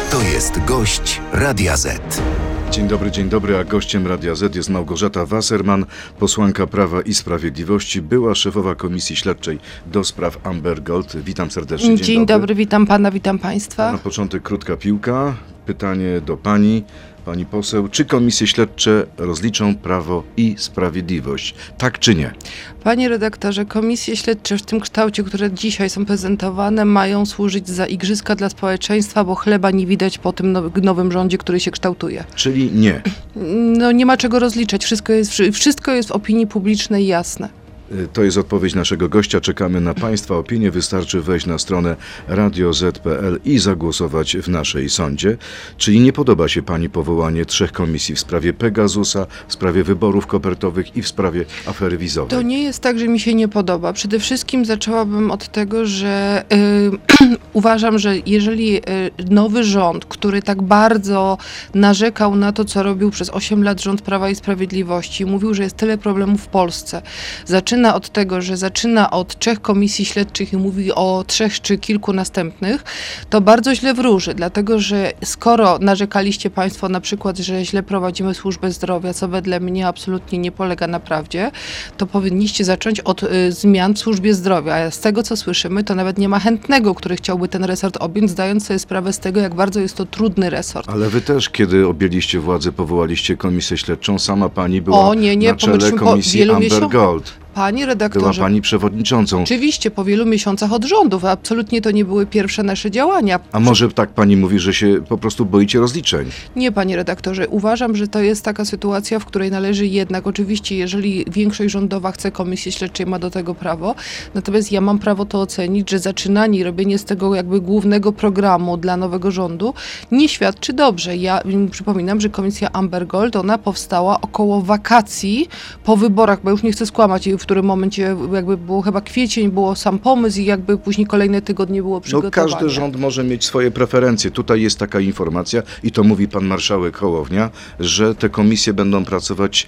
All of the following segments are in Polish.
To jest gość Radia Z. Dzień dobry, a gościem Radia Z jest Małgorzata Wasserman, posłanka Prawa i Sprawiedliwości, była szefowa Komisji Śledczej do spraw Amber Gold. Witam serdecznie. Dzień dobry, witam pana, witam państwa. Na początek krótka piłka. Pytanie do pani poseł. Czy komisje śledcze rozliczą Prawo i Sprawiedliwość? Tak czy nie? Panie redaktorze, komisje śledcze w tym kształcie, które dzisiaj są prezentowane, mają służyć za igrzyska dla społeczeństwa, bo chleba nie widać po tym nowym rządzie, który się kształtuje. Czyli nie. No nie ma czego rozliczać. Wszystko jest w opinii publicznej jasne. To jest odpowiedź naszego gościa. Czekamy na państwa opinię. Wystarczy wejść na stronę radioz.pl i zagłosować w naszej sądzie. Czyli nie podoba się pani powołanie 3 komisji w sprawie Pegasusa, w sprawie wyborów kopertowych i w sprawie afery wizowej? To nie jest tak, że mi się nie podoba. Przede wszystkim zaczęłabym od tego, że uważam, że jeżeli nowy rząd, który tak bardzo narzekał na to, co robił przez 8 lat rząd Prawa i Sprawiedliwości, mówił, że jest tyle problemów w Polsce, zaczyna od 3 komisji śledczych i mówi o 3 czy kilku następnych, to bardzo źle wróży, dlatego że skoro narzekaliście państwo na przykład, że źle prowadzimy służbę zdrowia, co wedle mnie absolutnie nie polega na prawdzie, to powinniście zacząć od zmian w służbie zdrowia. A z tego, co słyszymy, to nawet nie ma chętnego, który chciałby ten resort objąć, zdając sobie sprawę z tego, jak bardzo jest to trudny resort. Ale wy też, kiedy objęliście władzę, powołaliście komisję śledczą, sama pani była na czele komisji Amber Gold. Panie redaktorze, była pani przewodniczącą. Oczywiście, po wielu miesiącach od rządów. Absolutnie to nie były pierwsze nasze działania. A może tak pani mówi, że się po prostu boicie rozliczeń? Nie, panie redaktorze. Uważam, że to jest taka sytuacja, w której należy jednak, oczywiście, jeżeli większość rządowa chce komisji śledczej, ma do tego prawo. Natomiast ja mam prawo to ocenić, że zaczynanie i robienie z tego jakby głównego programu dla nowego rządu nie świadczy dobrze. Ja przypominam, że komisja Amber Gold, ona powstała około wakacji po wyborach, bo już nie chcę skłamać, w którym momencie jakby było chyba kwiecień, było sam pomysł i jakby później kolejne tygodnie było przygotowanie. No każdy rząd może mieć swoje preferencje. Tutaj jest taka informacja i to mówi pan marszałek Hołownia, że te komisje będą pracować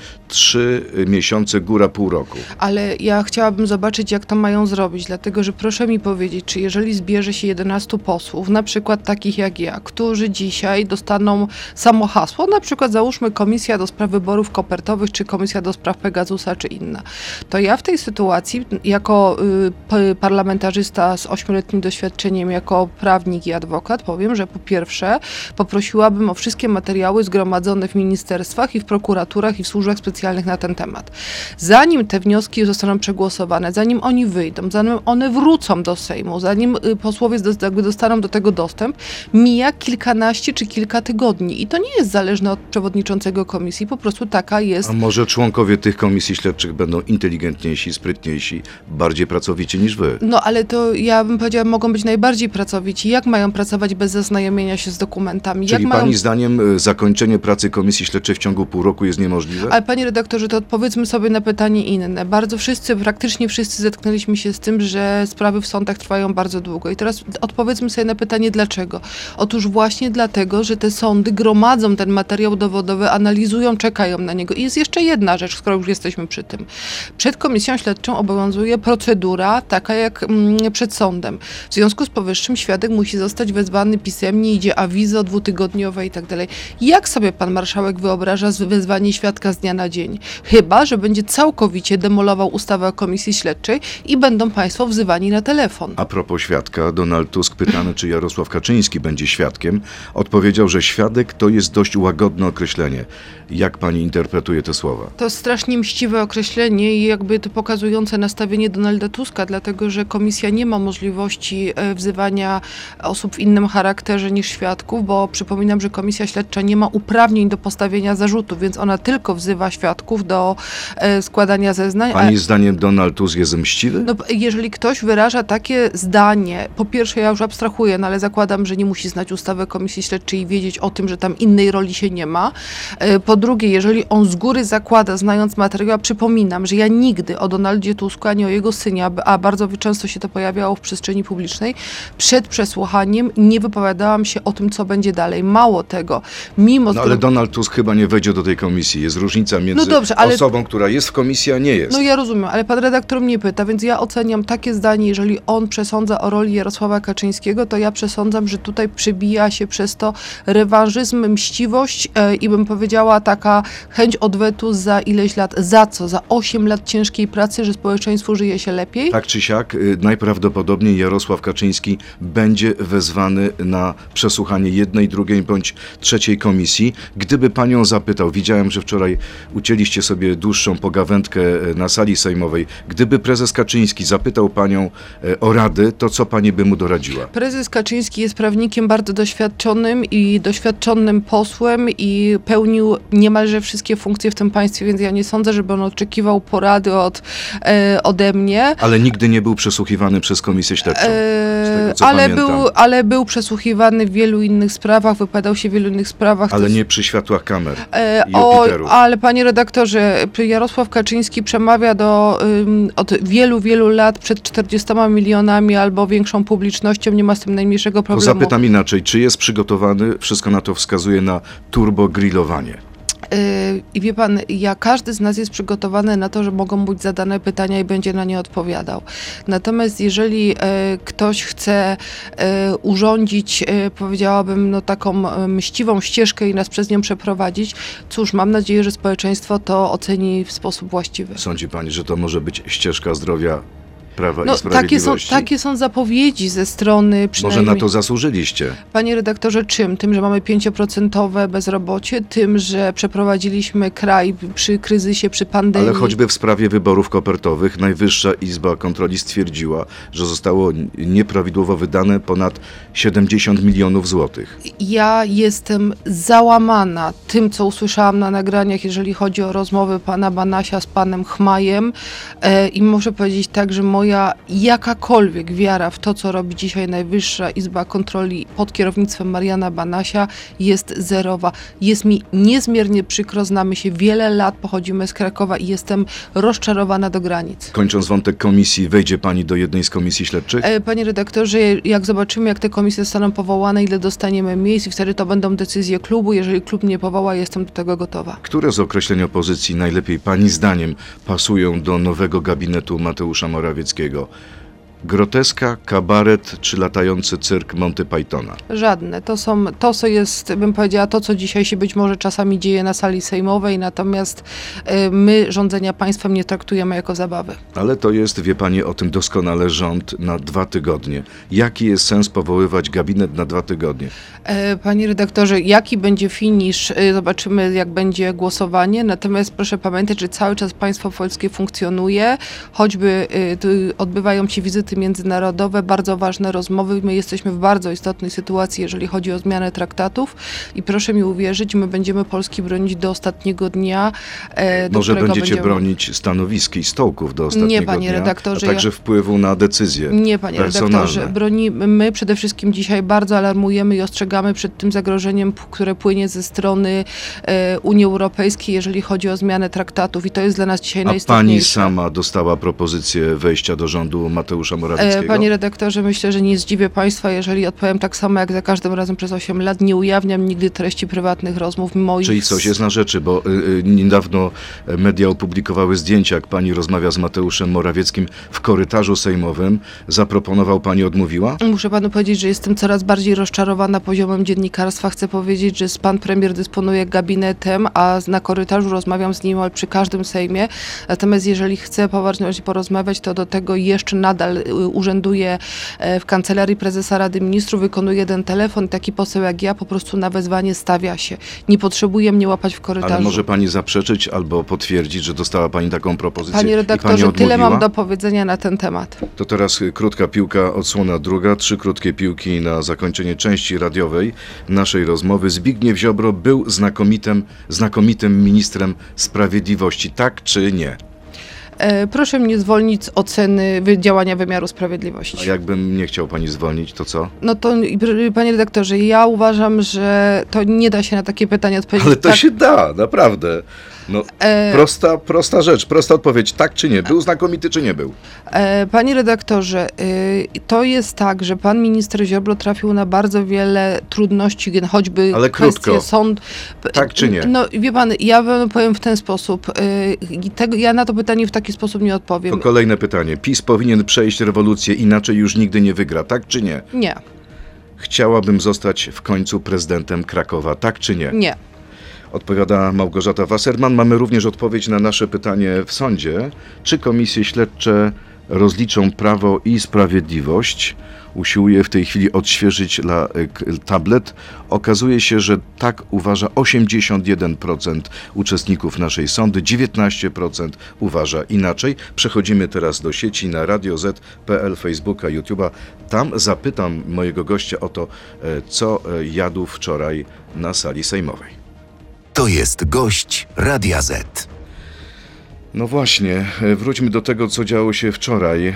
3 miesiące, góra pół roku. Ale ja chciałabym zobaczyć, jak to mają zrobić, dlatego że proszę mi powiedzieć, czy jeżeli zbierze się 11 posłów, na przykład takich jak ja, którzy dzisiaj dostaną samo hasło, na przykład załóżmy komisja do spraw wyborów kopertowych, czy komisja do spraw Pegasusa, czy inna, to ja w tej sytuacji jako parlamentarzysta z 8-letnim doświadczeniem, jako prawnik i adwokat powiem, że po pierwsze poprosiłabym o wszystkie materiały zgromadzone w ministerstwach i w prokuraturach i w służbach specjalnych na ten temat. Zanim te wnioski zostaną przegłosowane, zanim oni wyjdą, zanim one wrócą do Sejmu, zanim posłowie dostaną do tego dostęp, mija kilkanaście czy kilka tygodni i to nie jest zależne od przewodniczącego komisji, po prostu taka jest. A może członkowie tych komisji śledczych będą inteligentniejsi, sprytniejsi, bardziej pracowici niż wy? No ale to ja bym powiedziała, mogą być najbardziej pracowici. Jak mają pracować bez zaznajomienia się z dokumentami? Czyli pani zdaniem zakończenie pracy komisji śledczej w ciągu pół roku jest niemożliwe? Ale panie redaktorze, to odpowiedzmy sobie na pytanie inne. Praktycznie wszyscy zetknęliśmy się z tym, że sprawy w sądach trwają bardzo długo. I teraz odpowiedzmy sobie na pytanie dlaczego. Otóż właśnie dlatego, że te sądy gromadzą ten materiał dowodowy, analizują, czekają na niego. I jest jeszcze jedna rzecz, skoro już jesteśmy przy tym. Przed komisją śledczą obowiązuje procedura taka jak przed sądem. W związku z powyższym świadek musi zostać wezwany pisemnie, idzie awizo 2-tygodniowe i tak dalej. Jak sobie pan marszałek wyobraża wezwanie świadka z dnia na dzień? Chyba że będzie całkowicie demolował ustawę o komisji śledczej i będą państwo wzywani na telefon. A propos świadka, Donald Tusk pytany, czy Jarosław Kaczyński będzie świadkiem, odpowiedział, że świadek to jest dość łagodne określenie. Jak pani interpretuje te słowa? To strasznie mściwe określenie i jakby to pokazujące nastawienie Donalda Tuska, dlatego że komisja nie ma możliwości wzywania osób w innym charakterze niż świadków, bo przypominam, że komisja śledcza nie ma uprawnień do postawienia zarzutów, więc ona tylko wzywa świadków do składania zeznań. Pani zdaniem Donald Tusk jest mściwy? No, jeżeli ktoś wyraża takie zdanie, po pierwsze ja już abstrahuję, no ale zakładam, że nie musi znać ustawy komisji śledczej i wiedzieć o tym, że tam innej roli się nie ma. Po drugie, jeżeli on z góry zakłada, znając materiał, przypominam, że ja nigdy nigdy o Donaldzie Tusku, ani o jego synie, a bardzo często się to pojawiało w przestrzeni publicznej, przed przesłuchaniem nie wypowiadałam się o tym, co będzie dalej. Mało tego, mimo... No ale Donald Tusk chyba nie wejdzie do tej komisji. Jest różnica między osobą, która jest w komisji, a nie jest. No ja rozumiem, ale pan redaktor mnie pyta, więc ja oceniam takie zdanie, jeżeli on przesądza o roli Jarosława Kaczyńskiego, to ja przesądzam, że tutaj przebija się przez to rewanżyzm, mściwość i bym powiedziała taka chęć odwetu za ileś lat. Za co? Za 8 lat ciężkiej pracy, że społeczeństwu żyje się lepiej? Tak czy siak, najprawdopodobniej Jarosław Kaczyński będzie wezwany na przesłuchanie jednej, drugiej bądź trzeciej komisji. Gdyby panią zapytał, widziałem, że wczoraj ucięliście sobie dłuższą pogawędkę na sali sejmowej, gdyby prezes Kaczyński zapytał panią o rady, to co pani by mu doradziła? Prezes Kaczyński jest prawnikiem bardzo doświadczonym i doświadczonym posłem i pełnił niemalże wszystkie funkcje w tym państwie, więc ja nie sądzę, żeby on oczekiwał porady ode mnie. Ale nigdy nie był przesłuchiwany przez komisję śledczą, z tego co pamiętam. Ale był przesłuchiwany w wielu innych sprawach, wypowiadał się w wielu innych sprawach. Ale nie przy światłach kamer i opiterów. Ale panie redaktorze, Jarosław Kaczyński przemawia od wielu, wielu lat przed 40 milionami albo większą publicznością, nie ma z tym najmniejszego To problemu. zapytam inaczej, czy jest przygotowany, wszystko na to wskazuje, na turbogrillowanie? I wie pan, każdy z nas jest przygotowany na to, że mogą być zadane pytania i będzie na nie odpowiadał. Natomiast jeżeli ktoś chce urządzić, powiedziałabym, taką mściwą ścieżkę i nas przez nią przeprowadzić, cóż, mam nadzieję, że społeczeństwo to oceni w sposób właściwy. Sądzi pani, że to może być ścieżka zdrowia Prawa i Sprawiedliwości? Takie są zapowiedzi ze strony przynajmniej... Może na to zasłużyliście? Panie redaktorze, czym? Tym, że mamy 5% bezrobocie, tym, że przeprowadziliśmy kraj przy kryzysie, przy pandemii. Ale choćby w sprawie wyborów kopertowych Najwyższa Izba Kontroli stwierdziła, że zostało nieprawidłowo wydane ponad 70 milionów złotych. Ja jestem załamana tym, co usłyszałam na nagraniach, jeżeli chodzi o rozmowy pana Banasia z panem Chmajem i muszę powiedzieć tak, że moja jakakolwiek wiara w to, co robi dzisiaj Najwyższa Izba Kontroli pod kierownictwem Mariana Banasia jest zerowa. Jest mi niezmiernie przykro, znamy się wiele lat, pochodzimy z Krakowa i jestem rozczarowana do granic. Kończąc wątek komisji, wejdzie pani do jednej z komisji śledczych? Panie redaktorze, jak zobaczymy, jak te komisje zostaną powołane, ile dostaniemy miejsc i wtedy to będą decyzje klubu. Jeżeli klub mnie powoła, jestem do tego gotowa. Które z określeń opozycji najlepiej pani zdaniem pasują do nowego gabinetu Mateusza Morawieckiego? Groteska, kabaret czy latający cyrk Monty Pythona? Żadne. To co jest, bym powiedziała, to co dzisiaj się być może czasami dzieje na sali sejmowej, natomiast my rządzenia państwem nie traktujemy jako zabawy. Ale to jest, wie pani o tym doskonale, rząd na 2 tygodnie. Jaki jest sens powoływać gabinet na 2 tygodnie? Panie redaktorze, jaki będzie finisz? Zobaczymy, jak będzie głosowanie. Natomiast proszę pamiętać, że cały czas państwo polskie funkcjonuje, choćby odbywają się wizyty międzynarodowe, bardzo ważne rozmowy. My jesteśmy w bardzo istotnej sytuacji, jeżeli chodzi o zmianę traktatów i proszę mi uwierzyć, my będziemy Polski bronić do ostatniego dnia. Może będziecie bronić stanowisk i stołków do ostatniego dnia? Nie, panie redaktorze. A także wpływu na decyzje Nie, panie personalne. redaktorze. My przede wszystkim dzisiaj bardzo alarmujemy i ostrzegamy przed tym zagrożeniem, które płynie ze strony Unii Europejskiej, jeżeli chodzi o zmianę traktatów i to jest dla nas dzisiaj najistotniejsze. A pani sama dostała propozycję wejścia do rządu Mateusza Morawieckiego? Panie redaktorze, myślę, że nie zdziwię państwa, jeżeli odpowiem tak samo jak za każdym razem przez 8 lat. Nie ujawniam nigdy treści prywatnych rozmów moich. Czyli coś jest na rzeczy, bo niedawno media opublikowały zdjęcia, jak pani rozmawia z Mateuszem Morawieckim w korytarzu sejmowym. Zaproponował, pani odmówiła? Muszę panu powiedzieć, że jestem coraz bardziej rozczarowana poziomem dziennikarstwa. Chcę powiedzieć, że pan premier dysponuje gabinetem, a na korytarzu rozmawiam z nim przy każdym sejmie. Natomiast jeżeli chcę poważnie porozmawiać, to do tego jeszcze nadal urzęduje w Kancelarii Prezesa Rady Ministrów, wykonuje jeden telefon. Taki poseł jak ja po prostu na wezwanie stawia się. Nie potrzebuje mnie łapać w korytarzu. Ale może pani zaprzeczyć albo potwierdzić, że dostała pani taką propozycję? Panie redaktorze, i pani tyle odmówiła? mam do powiedzenia na ten temat. To teraz krótka piłka, odsłona druga, 3 krótkie piłki na zakończenie części radiowej naszej rozmowy. Zbigniew Ziobro był znakomitym ministrem sprawiedliwości, tak czy nie? Proszę mnie zwolnić z oceny działania wymiaru sprawiedliwości. A jakbym nie chciał pani zwolnić, to co? No to, panie redaktorze, ja uważam, że to nie da się na takie pytanie odpowiedzieć. Ale to tak. się da, naprawdę. No, prosta rzecz, prosta odpowiedź. Tak czy nie? Był znakomity czy nie był? Panie redaktorze, to jest tak, że pan minister Ziobro trafił na bardzo wiele trudności, choćby Ale kwestie krótko. sąd... Tak czy nie? No wie pan, ja wam powiem w ten sposób. Ja na to pytanie w taki sposób nie odpowiem. To kolejne pytanie. PiS powinien przejść rewolucję, inaczej już nigdy nie wygra. Tak czy nie? Nie, Chciałabym zostać w końcu prezydentem Krakowa. Tak czy nie? nie. Odpowiada Małgorzata Wasserman. Mamy również odpowiedź na nasze pytanie w sądzie. Czy komisje śledcze rozliczą Prawo i Sprawiedliwość? Usiłuję w tej chwili odświeżyć tablet. Okazuje się, że tak uważa 81% uczestników naszej sądy, 19% uważa inaczej. Przechodzimy teraz do sieci na Radio Z.pl, Facebooka, YouTube'a. Tam zapytam mojego gościa o to, co jadł wczoraj na sali sejmowej. To jest gość Radia Z. No właśnie, wróćmy do tego, co działo się wczoraj.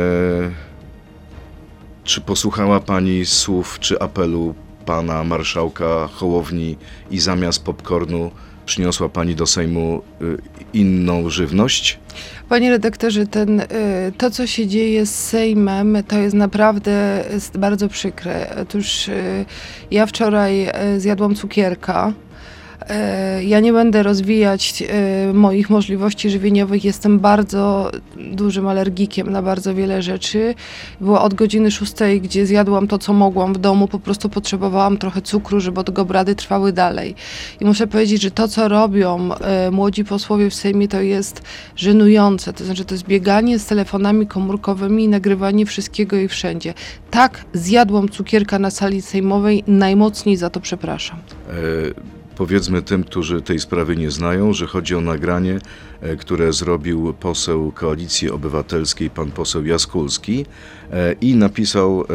Czy posłuchała pani słów czy apelu pana marszałka Hołowni i zamiast popcornu przyniosła pani do Sejmu inną żywność? Panie redaktorze, to co się dzieje z Sejmem, to jest naprawdę bardzo przykre. Otóż ja wczoraj zjadłam cukierka. Ja nie będę rozwijać moich możliwości żywieniowych. Jestem bardzo dużym alergikiem na bardzo wiele rzeczy. Była od godziny 6, gdzie zjadłam to, co mogłam w domu. Po prostu potrzebowałam trochę cukru, żeby obrady trwały dalej. I muszę powiedzieć, że to, co robią młodzi posłowie w Sejmie, to jest żenujące. To znaczy, to jest bieganie z telefonami komórkowymi i nagrywanie wszystkiego i wszędzie. Tak, zjadłam cukierka na sali sejmowej. Najmocniej za to przepraszam. Powiedzmy tym, którzy tej sprawy nie znają, że chodzi o nagranie, które zrobił poseł Koalicji Obywatelskiej, pan poseł Jaskulski, i napisał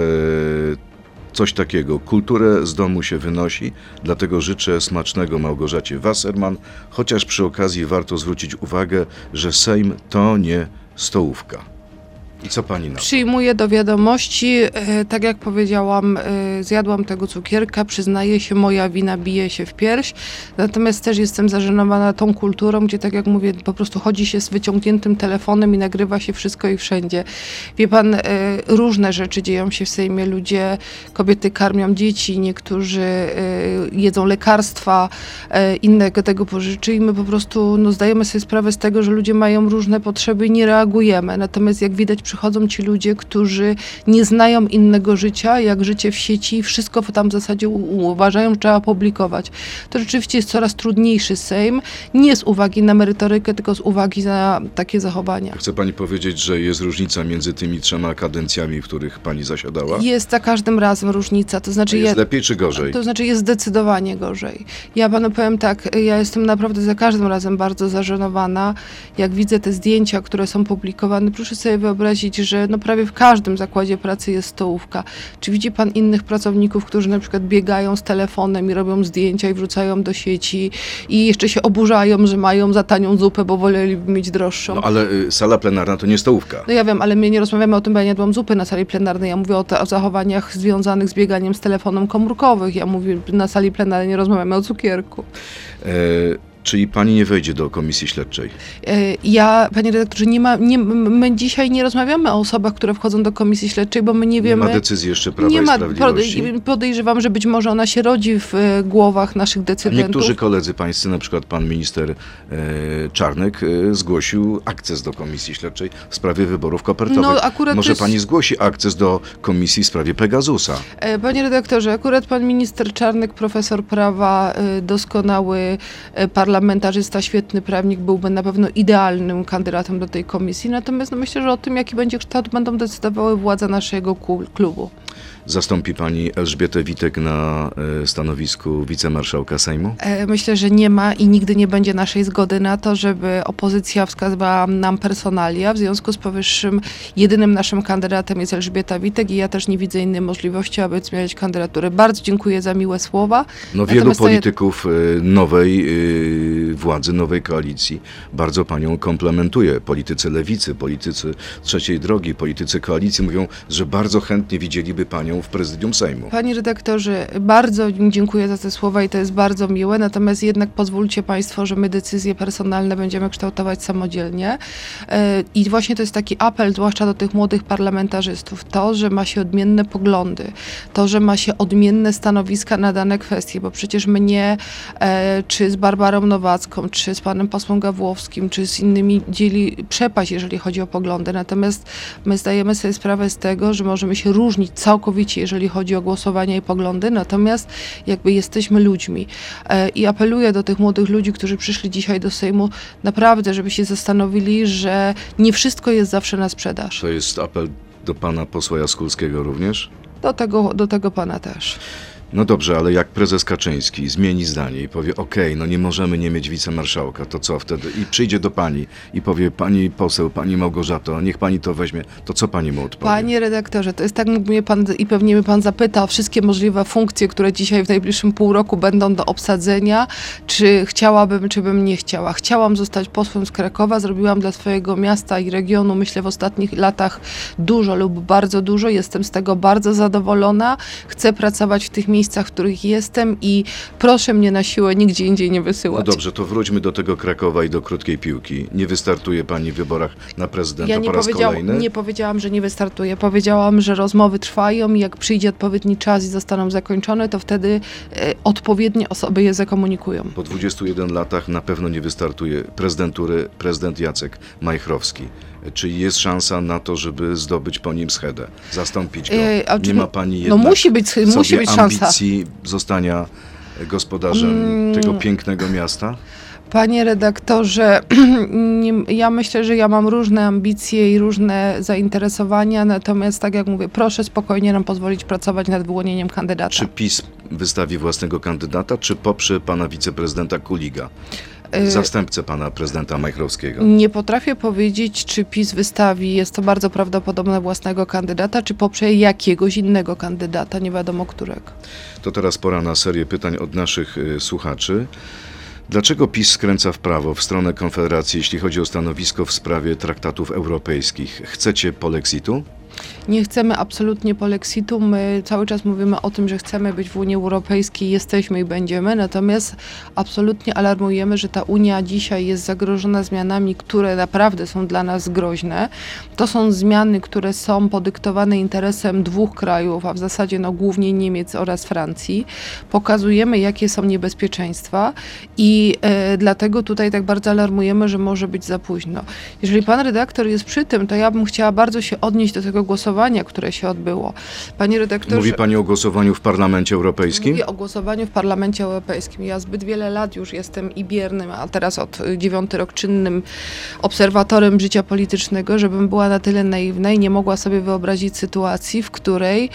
coś takiego: kulturę z domu się wynosi, dlatego życzę smacznego Małgorzacie Wasserman, chociaż przy okazji warto zwrócić uwagę, że Sejm to nie stołówka. I co pani na to? Przyjmuję do wiadomości, tak jak powiedziałam, zjadłam tego cukierka, przyznaję się, moja wina bije się w pierś, natomiast też jestem zażenowana tą kulturą, gdzie, tak jak mówię, po prostu chodzi się z wyciągniętym telefonem i nagrywa się wszystko i wszędzie. Wie pan, różne rzeczy dzieją się w Sejmie, kobiety karmią dzieci, niektórzy jedzą lekarstwa, innego tego pożyczy i my po prostu zdajemy sobie sprawę z tego, że ludzie mają różne potrzeby i nie reagujemy, natomiast jak widać, przychodzą ci ludzie, którzy nie znają innego życia, jak życie w sieci i wszystko tam w zasadzie uważają, że trzeba publikować. To rzeczywiście jest coraz trudniejszy Sejm, nie z uwagi na merytorykę, tylko z uwagi na takie zachowania. Chce pani powiedzieć, że jest różnica między tymi 3 kadencjami, w których pani zasiadała? Jest za każdym razem różnica. To znaczy jest lepiej czy gorzej? To znaczy jest zdecydowanie gorzej. Ja panu powiem tak, ja jestem naprawdę za każdym razem bardzo zażenowana, jak widzę te zdjęcia, które są publikowane. Proszę sobie wyobrazić, że prawie w każdym zakładzie pracy jest stołówka. Czy widzi pan innych pracowników, którzy na przykład biegają z telefonem i robią zdjęcia i wrzucają do sieci i jeszcze się oburzają, że mają za tanią zupę, bo woleliby mieć droższą? No ale sala plenarna to nie stołówka. No ja wiem, ale my nie rozmawiamy o tym, bo ja nie jadłam zupy na sali plenarnej. Ja mówię o zachowaniach związanych z bieganiem z telefonem komórkowych. Ja mówię, na sali plenarnej nie rozmawiamy o cukierku. Czyli pani nie wejdzie do komisji śledczej? Ja, panie redaktorze, my dzisiaj nie rozmawiamy o osobach, które wchodzą do komisji śledczej, bo my nie wiemy... Nie ma decyzji jeszcze Prawa i Sprawiedliwości? Podejrzewam, że być może ona się rodzi w głowach naszych decydentów. Niektórzy koledzy pańscy, na przykład pan minister Czarnek, zgłosił akces do komisji śledczej w sprawie wyborów kopertowych. No, akurat może pani zgłosi akces do komisji w sprawie Pegasusa? Panie redaktorze, akurat pan minister Czarnek, profesor prawa, doskonały parlamentarzysta, świetny prawnik, byłby na pewno idealnym kandydatem do tej komisji. Natomiast myślę, że o tym, jaki będzie kształt, będą decydowały władze naszego klubu. Zastąpi pani Elżbietę Witek na stanowisku wicemarszałka Sejmu? Myślę, że nie ma i nigdy nie będzie naszej zgody na to, żeby opozycja wskazywała nam personalia. W związku z powyższym jedynym naszym kandydatem jest Elżbieta Witek i ja też nie widzę innej możliwości, aby zmieniać kandydaturę. Bardzo dziękuję za miłe słowa. No wielu polityków nowej władzy, nowej koalicji bardzo panią komplementuje. Politycy lewicy, politycy trzeciej drogi, politycy koalicji mówią, że bardzo chętnie widzieliby panią są w prezydium Sejmu. Panie redaktorze, bardzo dziękuję za te słowa i to jest bardzo miłe, natomiast jednak pozwólcie Państwo, że my decyzje personalne będziemy kształtować samodzielnie. I właśnie to jest taki apel, zwłaszcza do tych młodych parlamentarzystów. To, że ma się odmienne poglądy, to, że ma się odmienne stanowiska na dane kwestie, bo przecież mnie, czy z Barbarą Nowacką, czy z panem posłem Gawłowskim, czy z innymi dzieli przepaść, jeżeli chodzi o poglądy. Natomiast my zdajemy sobie sprawę z tego, że możemy się różnić całkowicie, jeżeli chodzi o głosowania i poglądy, natomiast jakby jesteśmy ludźmi. I apeluję do tych młodych ludzi, którzy przyszli dzisiaj do Sejmu, naprawdę, żeby się zastanowili, że nie wszystko jest zawsze na sprzedaż. To jest apel do pana posła Jaskulskiego również? Do tego pana też. No dobrze, ale jak prezes Kaczyński zmieni zdanie i powie, no nie możemy nie mieć wicemarszałka, to co wtedy? I przyjdzie do pani i powie, pani poseł, pani Małgorzato, niech pani to weźmie, to co pani mu odpowie? Panie redaktorze, to jest tak, jakby mnie pan i pewnie mnie pan zapyta o wszystkie możliwe funkcje, które dzisiaj w najbliższym pół roku będą do obsadzenia, czy chciałabym, czy bym nie chciała. Chciałam zostać posłem z Krakowa, zrobiłam dla swojego miasta i regionu, myślę, w ostatnich latach dużo lub bardzo dużo, jestem z tego bardzo zadowolona, chcę pracować w tych miejscach, w których jestem i proszę mnie na siłę nigdzie indziej nie wysyłać. No dobrze, to wróćmy do tego Krakowa i do krótkiej piłki. Nie wystartuje pani w wyborach na prezydenta po raz kolejny? Nie powiedziałam, że nie wystartuję. Powiedziałam, że rozmowy trwają i jak przyjdzie odpowiedni czas i zostaną zakończone, to wtedy odpowiednie osoby je zakomunikują. Po 21 latach na pewno nie wystartuje prezydentury prezydent Jacek Majchrowski. Czy jest szansa na to, żeby zdobyć po nim schedę, zastąpić go? Nie ma pani jednak musi być szansa ambicji zostania gospodarzem tego pięknego miasta? Panie redaktorze, ja myślę, że ja mam różne ambicje i różne zainteresowania, natomiast tak jak mówię, proszę spokojnie nam pozwolić pracować nad wyłonieniem kandydata. Czy PiS wystawi własnego kandydata, czy poprze pana wiceprezydenta Kuliga? Zastępcę pana prezydenta Majchrowskiego. Nie potrafię powiedzieć, czy PiS wystawi, jest to bardzo prawdopodobne, własnego kandydata, czy poprze jakiegoś innego kandydata, nie wiadomo którego. To teraz pora na serię pytań od naszych słuchaczy. Dlaczego PiS skręca w prawo, w stronę Konfederacji, jeśli chodzi o stanowisko w sprawie traktatów europejskich? Chcecie polexitu? Nie chcemy absolutnie polexitu. My cały czas mówimy o tym, że chcemy być w Unii Europejskiej, jesteśmy i będziemy, natomiast absolutnie alarmujemy, że ta Unia dzisiaj jest zagrożona zmianami, które naprawdę są dla nas groźne. To są zmiany, które są podyktowane interesem dwóch krajów, a w zasadzie głównie Niemiec oraz Francji. Pokazujemy, jakie są niebezpieczeństwa i dlatego tutaj tak bardzo alarmujemy, że może być za późno. Jeżeli pan redaktor jest przy tym, to ja bym chciała bardzo się odnieść do tego głosowania, które się odbyło. Panie redaktorze... Mówi pani o głosowaniu w Parlamencie Europejskim? Mówię o głosowaniu w Parlamencie Europejskim. Ja zbyt wiele lat już jestem i biernym, a teraz od 9 rok czynnym obserwatorem życia politycznego, żebym była na tyle naiwna i nie mogła sobie wyobrazić sytuacji, w której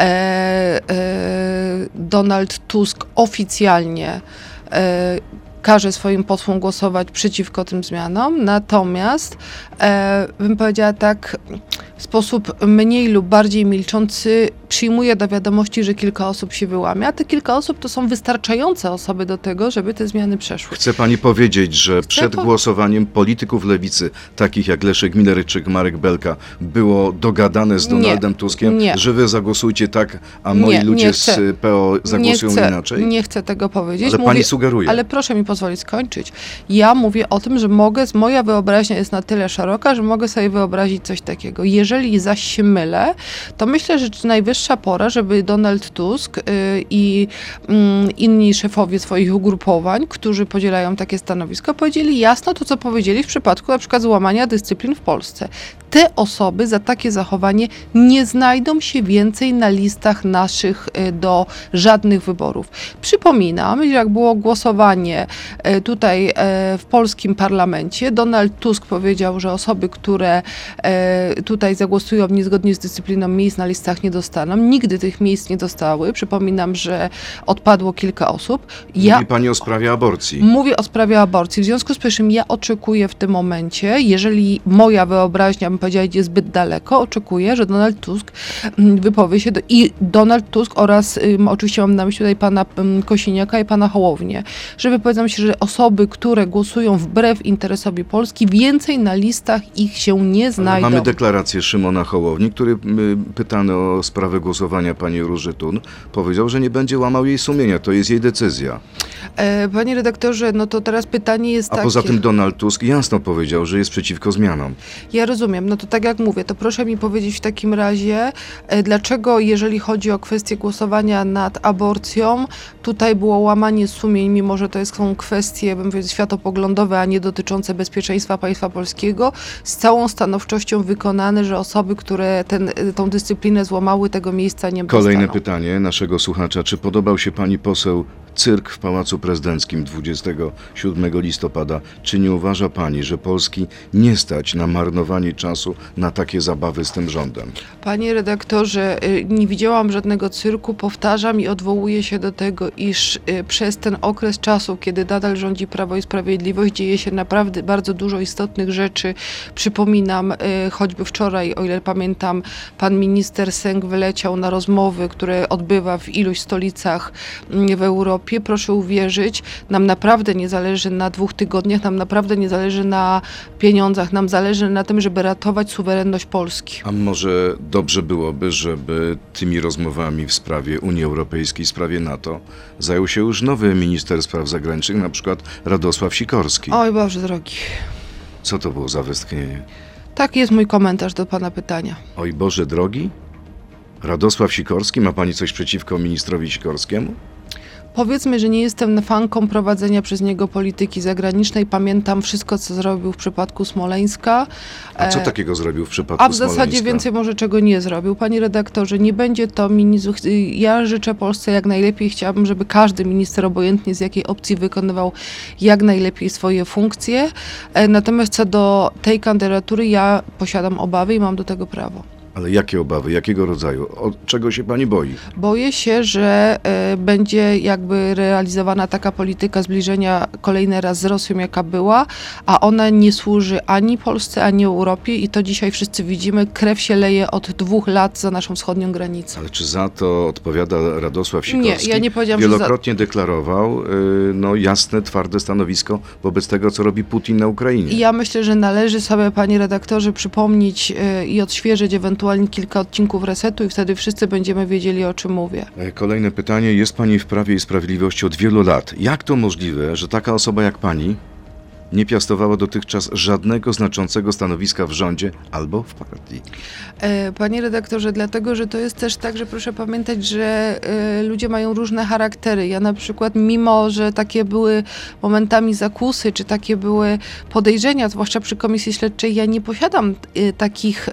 Donald Tusk oficjalnie każe swoim posłom głosować przeciwko tym zmianom, natomiast bym powiedziała tak, w sposób mniej lub bardziej milczący przyjmuje do wiadomości, że kilka osób się wyłamie, a te kilka osób to są wystarczające osoby do tego, żeby te zmiany przeszły. Chce pani powiedzieć, że przed głosowaniem polityków lewicy, takich jak Leszek Miller czy Marek Belka, było dogadane z Donaldem Tuskiem, że wy zagłosujcie tak, a moi ludzie z PO zagłosują inaczej? Nie chcę tego powiedzieć. Ale pani sugeruje. Ale proszę mi pozwolić skończyć. Ja mówię o tym, że moja wyobraźnia jest na tyle szeroka, że mogę sobie wyobrazić coś takiego. Jeżeli zaś się mylę, to myślę, że najwyższa pora, żeby Donald Tusk i inni szefowie swoich ugrupowań, którzy podzielają takie stanowisko, powiedzieli jasno to, co powiedzieli w przypadku na przykład złamania dyscyplin w Polsce. Te osoby za takie zachowanie nie znajdą się więcej na listach naszych do żadnych wyborów. Przypominam, jak było głosowanie tutaj w polskim parlamencie, Donald Tusk powiedział, że osoby, które tutaj zagłosują niezgodnie z dyscypliną, miejsc na listach nie dostaną. Nigdy tych miejsc nie dostały. Przypominam, że odpadło kilka osób. Mówi pani o sprawie aborcji. Mówię o sprawie aborcji. W związku z czym ja oczekuję w tym momencie, jeżeli moja wyobraźnia, bym powiedziała, idzie zbyt daleko, oczekuję, że Donald Tusk wypowie się i Donald Tusk oraz oczywiście mam na myśli tutaj pana Kosiniaka i pana Hołownię, że wypowiedzą się, że osoby, które głosują wbrew interesowi Polski, więcej na listach ich się nie znajdą. Ale mamy deklarację Szymona Hołowni, który pytany o sprawę głosowania pani Róży Thun powiedział, że nie będzie łamał jej sumienia, to jest jej decyzja. Panie redaktorze, no to teraz pytanie jest takie... A poza tym Donald Tusk jasno powiedział, że jest przeciwko zmianom. Ja rozumiem, no to tak jak mówię, to proszę mi powiedzieć w takim razie, dlaczego jeżeli chodzi o kwestię głosowania nad aborcją, tutaj było łamanie sumień, mimo że to są kwestie, bym powiedział, światopoglądowe, a nie dotyczące bezpieczeństwa państwa polskiego, z całą stanowczością wykonane, że osoby, które tą dyscyplinę złamały, tego miejsca nie dostaną. Kolejne pytanie naszego słuchacza. Czy podobał się pani poseł cyrk w Pałacu Prezydenckim 27 listopada? Czy nie uważa pani, że Polski nie stać na marnowanie czasu na takie zabawy z tym rządem? Panie redaktorze, nie widziałam żadnego cyrku. Powtarzam i odwołuję się do tego, iż przez ten okres czasu, kiedy nadal rządzi Prawo i Sprawiedliwość, dzieje się naprawdę bardzo dużo istotnych rzeczy. Przypominam, choćby wczoraj, o ile pamiętam, pan minister Sęk wyleciał na rozmowy, które odbywa w iluś stolicach w Europie. Proszę uwierzyć, nam naprawdę nie zależy na 2 tygodniach, nam naprawdę nie zależy na pieniądzach, nam zależy na tym, żeby ratować suwerenność Polski. A może dobrze byłoby, żeby tymi rozmowami w sprawie Unii Europejskiej, w sprawie NATO zajął się już nowy minister spraw zagranicznych, na przykład Radosław Sikorski? Oj Boże drogi. Co to było za westchnienie? Taki jest mój komentarz do pana pytania. Oj Boże drogi? Radosław Sikorski? Ma pani coś przeciwko ministrowi Sikorskiemu? Powiedzmy, że nie jestem fanką prowadzenia przez niego polityki zagranicznej. Pamiętam wszystko, co zrobił w przypadku Smoleńska. A co takiego zrobił w przypadku A w Smoleńska? zasadzie więcej może czego nie zrobił. Panie redaktorze, nie będzie to minister. Ja życzę Polsce jak najlepiej. Chciałabym, żeby każdy minister, obojętnie z jakiej opcji, wykonywał jak najlepiej swoje funkcje. Natomiast co do tej kandydatury, ja posiadam obawy i mam do tego prawo. Ale jakie obawy? Jakiego rodzaju? Od czego się pani boi? Boję się, że będzie jakby realizowana taka polityka zbliżenia kolejny raz z Rosją, jaka była, a ona nie służy ani Polsce, ani Europie i to dzisiaj wszyscy widzimy. Krew się leje od 2 lat za naszą wschodnią granicą. Ale czy za to odpowiada Radosław Sikorski? Nie, ja nie powiedziałam, wielokrotnie deklarował jasne, twarde stanowisko wobec tego, co robi Putin na Ukrainie. Ja myślę, że należy sobie, panie redaktorze, przypomnieć i odświeżyć ewentualnie kilka odcinków Resetu i wtedy wszyscy będziemy wiedzieli, o czym mówię. Kolejne pytanie. Jest pani w Prawie i Sprawiedliwości od wielu lat. Jak to możliwe, że taka osoba jak pani nie piastowała dotychczas żadnego znaczącego stanowiska w rządzie albo w partii? Panie redaktorze, dlatego, że to jest też tak, że proszę pamiętać, że ludzie mają różne charaktery. Ja na przykład, mimo że takie były momentami zakusy, czy takie były podejrzenia, zwłaszcza przy Komisji Śledczej, ja nie posiadam takich,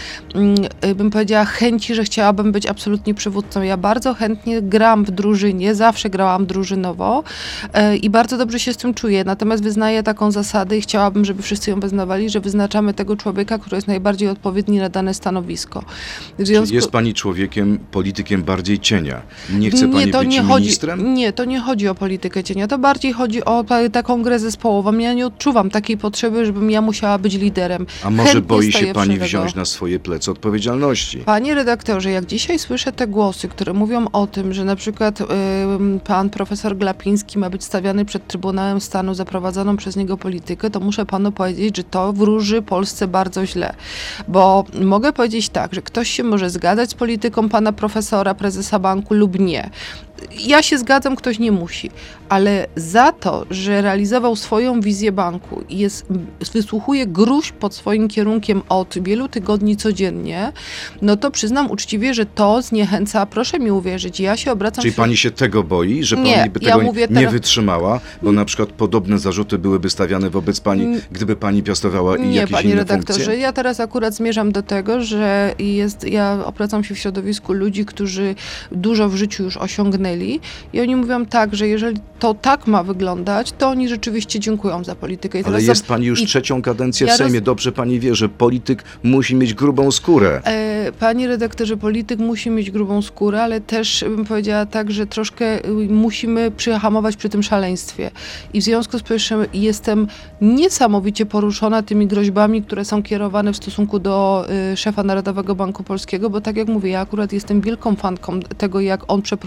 bym powiedziała, chęci, że chciałabym być absolutnie przywódcą. Ja bardzo chętnie gram w drużynie, zawsze grałam drużynowo i bardzo dobrze się z tym czuję. Natomiast wyznaję taką zasadę i chciałabym, żeby wszyscy ją wyznawali, że wyznaczamy tego człowieka, który jest najbardziej odpowiedni na dane stanowisko. Jest pani człowiekiem, politykiem bardziej cienia. Nie chce pani być ministrem? Nie, to nie chodzi o politykę cienia. To bardziej chodzi o taką grę zespołową. Ja nie odczuwam takiej potrzeby, żebym ja musiała być liderem. A może boi się pani wziąć na swoje plecy odpowiedzialności? Panie redaktorze, jak dzisiaj słyszę te głosy, które mówią o tym, że na przykład pan profesor Glapiński ma być stawiany przed Trybunałem Stanu za prowadzoną przez niego politykę, to muszę panu powiedzieć, że to wróży Polsce bardzo źle. Bo mogę powiedzieć tak, że ktoś się może zgadzać z polityką pana profesora, prezesa banku lub nie. Ja się zgadzam, ktoś nie musi. Ale za to, że realizował swoją wizję banku i wysłuchuje gruźb pod swoim kierunkiem od wielu tygodni codziennie, no to przyznam uczciwie, że to zniechęca. Proszę mi uwierzyć, ja się obracam... Czyli pani się tego boi, że pani by tego nie wytrzymała? Bo na przykład podobne zarzuty byłyby stawiane wobec pani, gdyby pani piastowała i jakieś panie inne redaktorze, funkcje? Ja teraz akurat zmierzam do tego, że ja obracam się w środowisku ludzi, którzy dużo w życiu już osiągnęli i oni mówią tak, że jeżeli to tak ma wyglądać, to oni rzeczywiście dziękują za politykę. Ale jest pani już trzecią kadencję w Sejmie. Dobrze pani wie, że polityk musi mieć grubą skórę. Panie redaktorze, polityk musi mieć grubą skórę, ale też bym powiedziała tak, że troszkę musimy przyhamować przy tym szaleństwie. I w związku z powyższym jestem niesamowicie poruszona tymi groźbami, które są kierowane w stosunku do szefa Narodowego Banku Polskiego, bo tak jak mówię, ja akurat jestem wielką fanką tego, jak on przeprowadził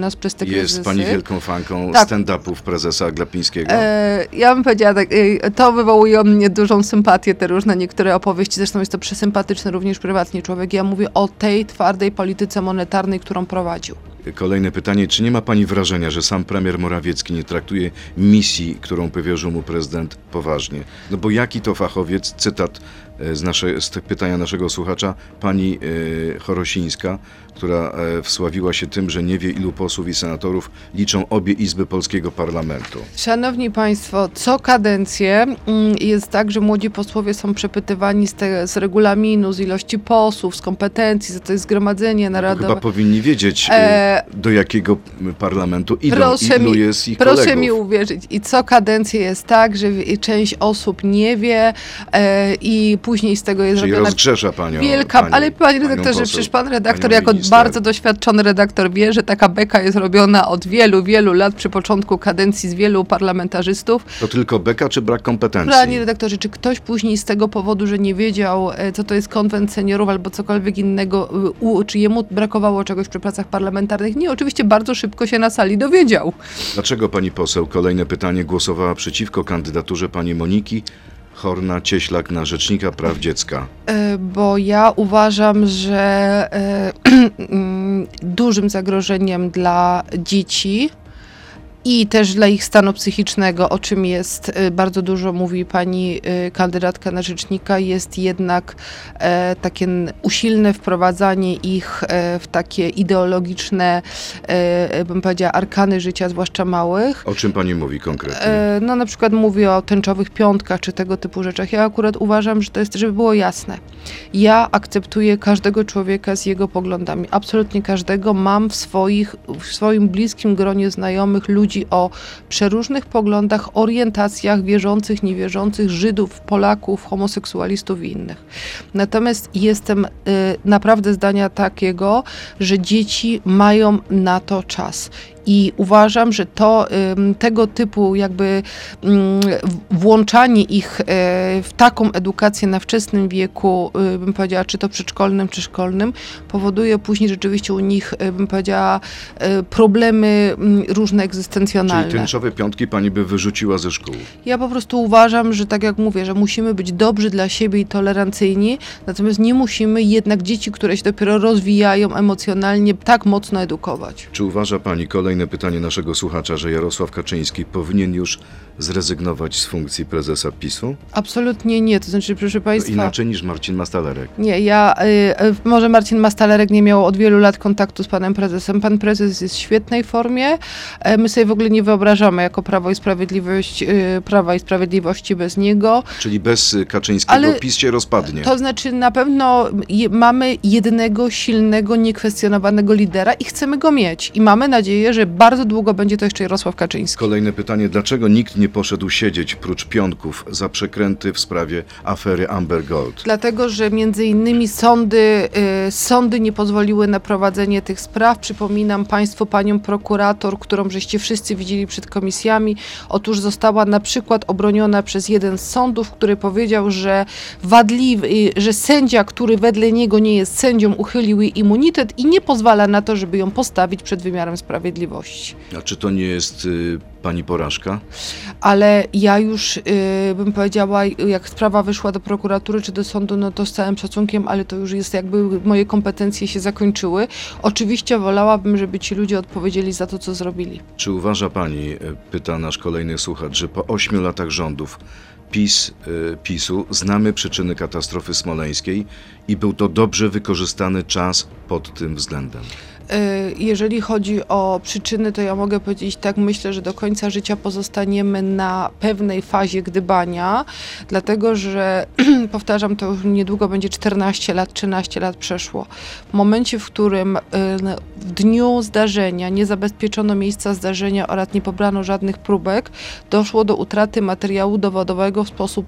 nas przez te kryzysy. Jest pani wielką fanką Tak. stand-upów prezesa Glapińskiego. Ja bym powiedziała tak, to wywołuje u mnie dużą sympatię, te różne niektóre opowieści, zresztą jest to przesympatyczny również prywatnie człowiek. Ja mówię o tej twardej polityce monetarnej, którą prowadził. Kolejne pytanie, czy nie ma pani wrażenia, że sam premier Morawiecki nie traktuje misji, którą powierzył mu prezydent, poważnie? No bo jaki to fachowiec, cytat z pytania naszego słuchacza, pani Chorosińska, która wsławiła się tym, że nie wie, ilu posłów i senatorów liczą obie izby polskiego parlamentu. Szanowni Państwo, co kadencję jest tak, że młodzi posłowie są przepytywani z regulaminu, z ilości posłów, z kompetencji, za to jest zgromadzenie narodowe. Chyba powinni wiedzieć, do jakiego parlamentu idą, ilu jest ich Proszę kolegów. mi uwierzyć. I co kadencję jest tak, że część osób nie wie i później z tego jest Czyli robiona rozgrzesza panią. ale panie panią redaktorze, poseł, przecież pan redaktor panią jako minister. bardzo doświadczony redaktor wie, że taka beka jest robiona od wielu, wielu lat przy początku kadencji z wielu parlamentarzystów. To tylko beka czy brak kompetencji? Panie redaktorze, czy ktoś później z tego powodu, że nie wiedział, co to jest konwent seniorów albo cokolwiek innego, czy jemu brakowało czegoś przy pracach parlamentarnych? Nie, oczywiście bardzo szybko się na sali dowiedział. Dlaczego pani poseł, kolejne pytanie, głosowała przeciwko kandydaturze pani Moniki Horna-Cieślak na Rzecznika Praw Dziecka? Bo ja uważam, że dużym zagrożeniem dla dzieci i też dla ich stanu psychicznego, o czym jest bardzo dużo mówi pani kandydatka na rzecznika, jest jednak takie usilne wprowadzanie ich w takie ideologiczne, bym powiedziała, arkany życia, zwłaszcza małych. O czym pani mówi konkretnie? No na przykład mówię o tęczowych piątkach, czy tego typu rzeczach. Ja akurat uważam, że to jest, żeby było jasne. Ja akceptuję każdego człowieka z jego poglądami. Absolutnie każdego. Mam w swoim bliskim gronie znajomych ludzi o przeróżnych poglądach, orientacjach, wierzących, niewierzących, Żydów, Polaków, homoseksualistów i innych. Natomiast jestem naprawdę zdania takiego, że dzieci mają na to czas. I uważam, że tego typu jakby włączanie ich w taką edukację na wczesnym wieku, bym powiedziała, czy to przedszkolnym, czy szkolnym, powoduje później rzeczywiście u nich, bym powiedziała, problemy różne egzystencjonalne. Czyli tęczowe piątki pani by wyrzuciła ze szkół? Ja po prostu uważam, że tak jak mówię, że musimy być dobrzy dla siebie i tolerancyjni, natomiast nie musimy jednak dzieci, które się dopiero rozwijają emocjonalnie, tak mocno edukować. Czy uważa pani, kolejne pytanie naszego słuchacza, że Jarosław Kaczyński powinien już zrezygnować z funkcji prezesa PiS-u? Absolutnie nie, to znaczy, proszę państwa... Inaczej niż Marcin Mastalerek. Nie, może Marcin Mastalerek nie miał od wielu lat kontaktu z panem prezesem. Pan prezes jest w świetnej formie. My sobie w ogóle nie wyobrażamy jako Prawa i Sprawiedliwości bez niego. Czyli bez Kaczyńskiego PiS się rozpadnie. To znaczy na pewno mamy jednego silnego, niekwestionowanego lidera i chcemy go mieć. I mamy nadzieję, że bardzo długo będzie to jeszcze Jarosław Kaczyński. Kolejne pytanie, dlaczego nikt nie poszedł siedzieć prócz piątków za przekręty w sprawie afery Amber Gold? Dlatego, że między innymi sądy nie pozwoliły na prowadzenie tych spraw. Przypominam państwu panią prokurator, którą żeście wszyscy widzieli przed komisjami. Otóż została na przykład obroniona przez jeden z sądów, który powiedział, że że sędzia, który wedle niego nie jest sędzią, uchylił jej immunitet i nie pozwala na to, żeby ją postawić przed wymiarem sprawiedliwości. A czy to nie jest pani porażka? Ale ja już bym powiedziała, jak sprawa wyszła do prokuratury czy do sądu, no to z całym szacunkiem, ale to już jest jakby moje kompetencje się zakończyły. Oczywiście wolałabym, żeby ci ludzie odpowiedzieli za to, co zrobili. Czy uważa pani, pyta nasz kolejny słuchacz, że po 8 latach rządów PiS-u znamy przyczyny katastrofy smoleńskiej i był to dobrze wykorzystany czas pod tym względem? Jeżeli chodzi o przyczyny, to ja mogę powiedzieć tak, myślę, że do końca życia pozostaniemy na pewnej fazie gdybania, dlatego że, powtarzam, to już niedługo będzie 14 lat, 13 lat przeszło. W momencie, w którym w dniu zdarzenia nie zabezpieczono miejsca zdarzenia oraz nie pobrano żadnych próbek, doszło do utraty materiału dowodowego w sposób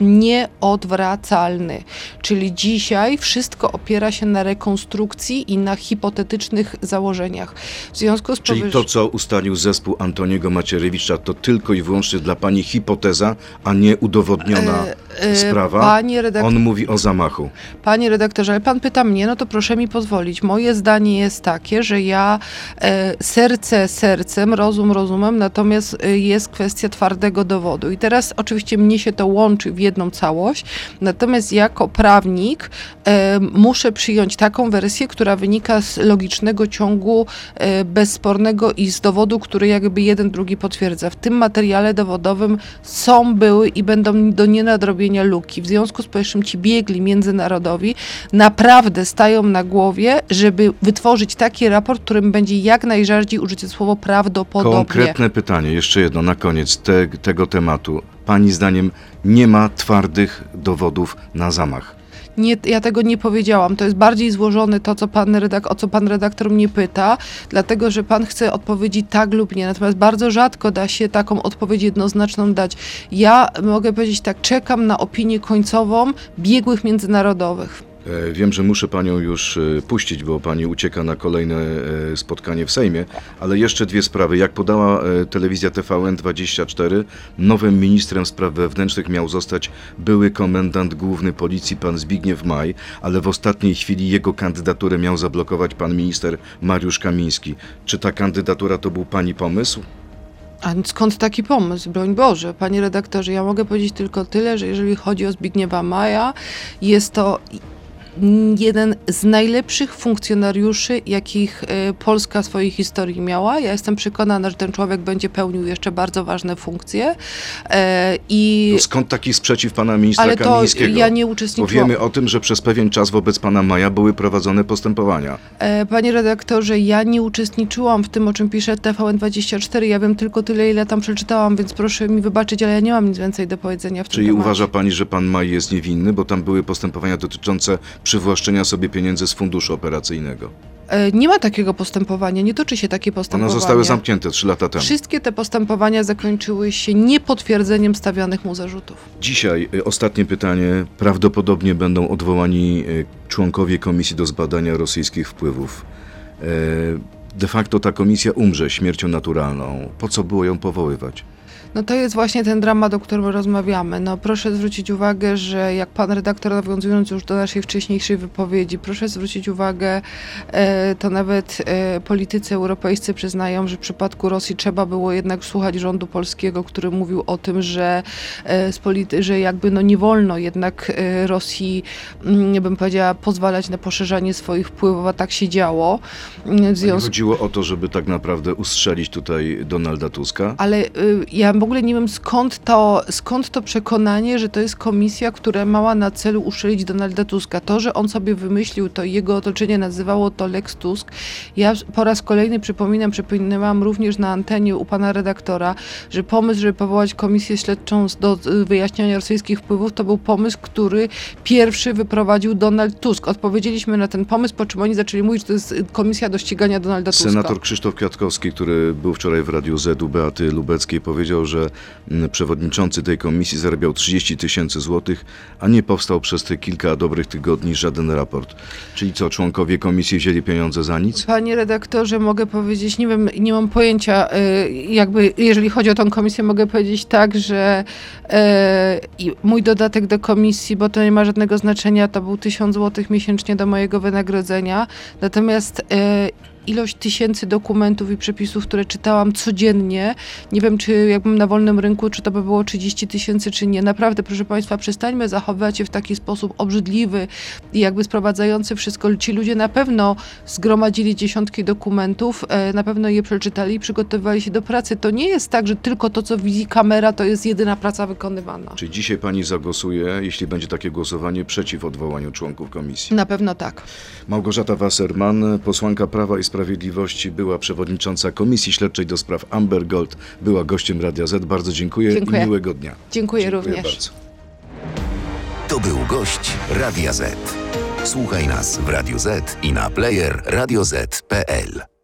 nieodwracalny. Czyli dzisiaj wszystko opiera się na rekonstrukcji i na hipotetycznych założeniach założeniach. W związku z Czyli to, co ustalił zespół Antoniego Macierewicza, to tylko i wyłącznie dla pani hipoteza, a nie udowodniona sprawa? On mówi o zamachu. Panie redaktorze, ale pan pyta mnie, no to proszę mi pozwolić. Moje zdanie jest takie, że ja serce sercem, rozum rozumem, natomiast jest kwestia twardego dowodu. I teraz oczywiście mnie się to łączy w jedną całość, natomiast jako prawnik muszę przyjąć taką wersję, która wynika z logicznego ciągu bezspornego i z dowodu, który jakby jeden drugi potwierdza. W tym materiale dowodowym były i będą do nienadrobienia luki. W związku z powyższym ci biegli międzynarodowi naprawdę stają na głowie, żeby wytworzyć taki raport, w którym będzie jak najrzadziej użyte słowo prawdopodobnie. Konkretne pytanie, jeszcze jedno na koniec tego tematu. Pani zdaniem nie ma twardych dowodów na zamach? Nie, ja tego nie powiedziałam. To jest bardziej złożone to, o co pan redaktor mnie pyta, dlatego, że pan chce odpowiedzi tak lub nie. Natomiast bardzo rzadko da się taką odpowiedź jednoznaczną dać. Ja mogę powiedzieć tak, czekam na opinię końcową biegłych międzynarodowych. Wiem, że muszę panią już puścić, bo pani ucieka na kolejne spotkanie w Sejmie, ale jeszcze dwie sprawy. Jak podała telewizja TVN24, nowym ministrem spraw wewnętrznych miał zostać były komendant główny policji pan Zbigniew Maj, ale w ostatniej chwili jego kandydaturę miał zablokować pan minister Mariusz Kamiński. Czy ta kandydatura to był pani pomysł? A skąd taki pomysł? Broń Boże. Panie redaktorze, ja mogę powiedzieć tylko tyle, że jeżeli chodzi o Zbigniewa Maja, jest to jeden z najlepszych funkcjonariuszy, jakich Polska w swojej historii miała. Ja jestem przekonana, że ten człowiek będzie pełnił jeszcze bardzo ważne funkcje. Skąd taki sprzeciw pana ministra Kamińskiego? Ale to ja nie uczestniczyłam. Bo wiemy o tym, że przez pewien czas wobec pana Maja były prowadzone postępowania. Panie redaktorze, ja nie uczestniczyłam w tym, o czym pisze TVN24. Ja wiem tylko tyle, ile tam przeczytałam, więc proszę mi wybaczyć, ale ja nie mam nic więcej do powiedzenia w tym temacie. Czyli uważa pani, że pan Maj jest niewinny, bo tam były postępowania dotyczące przywłaszczenia sobie pieniędzy z funduszu operacyjnego? Nie ma takiego postępowania, nie toczy się takie postępowanie. One zostały zamknięte 3 lata temu. Wszystkie te postępowania zakończyły się niepotwierdzeniem stawianych mu zarzutów. Dzisiaj ostatnie pytanie. Prawdopodobnie będą odwołani członkowie Komisji do zbadania rosyjskich wpływów. De facto ta komisja umrze śmiercią naturalną. Po co było ją powoływać? No to jest właśnie ten dramat, o którym rozmawiamy. No proszę zwrócić uwagę, że jak pan redaktor, nawiązując już do naszej wcześniejszej wypowiedzi, proszę zwrócić uwagę, to nawet politycy europejscy przyznają, że w przypadku Rosji trzeba było jednak słuchać rządu polskiego, który mówił o tym, że jakby nie wolno jednak Rosji, bym powiedziała, pozwalać na poszerzanie swoich wpływów, a tak się działo. Nie chodziło o to, żeby tak naprawdę ustrzelić tutaj Donalda Tuska? Ale ja w ogóle nie wiem, skąd to przekonanie, że to jest komisja, która miała na celu uszczelić Donalda Tuska. To, że on sobie wymyślił, to jego otoczenie nazywało to Lex Tusk. Ja po raz kolejny przypominałam również na antenie u pana redaktora, że pomysł, żeby powołać komisję śledczą do wyjaśniania rosyjskich wpływów, to był pomysł, który pierwszy wyprowadził Donald Tusk. Odpowiedzieliśmy na ten pomysł, po czym oni zaczęli mówić, że to jest komisja do ścigania Donalda Tuska. Senator Krzysztof Kwiatkowski, który był wczoraj w Radiu Z u Beaty Lubeckiej, powiedział, że przewodniczący tej komisji zarabiał 30 000 złotych, a nie powstał przez te kilka dobrych tygodni żaden raport. Czyli co, członkowie komisji wzięli pieniądze za nic? Panie redaktorze, mogę powiedzieć, nie wiem, nie mam pojęcia, jakby jeżeli chodzi o tą komisję, mogę powiedzieć tak, że mój dodatek do komisji, bo to nie ma żadnego znaczenia, to był 1000 złotych miesięcznie do mojego wynagrodzenia. Natomiast ilość tysięcy dokumentów i przepisów, które czytałam codziennie. Nie wiem, czy jakbym na wolnym rynku, czy to by było 30 000, czy nie. Naprawdę, proszę państwa, przestańmy zachowywać się w taki sposób obrzydliwy i jakby sprowadzający wszystko. Ci ludzie na pewno zgromadzili dziesiątki dokumentów, na pewno je przeczytali i przygotowywali się do pracy. To nie jest tak, że tylko to, co widzi kamera, to jest jedyna praca wykonywana. Czyli dzisiaj pani zagłosuje, jeśli będzie takie głosowanie, przeciw odwołaniu członków komisji? Na pewno tak. Małgorzata Wasserman, posłanka Prawa i Sprawiedliwości, była przewodnicząca Komisji Śledczej do spraw Amber Gold, była gościem Radia Z. Bardzo dziękuję i miłego dnia. Dziękuję również. Bardzo. To był gość Radia Z. Słuchaj nas w Radiu Z i na player radioz.pl.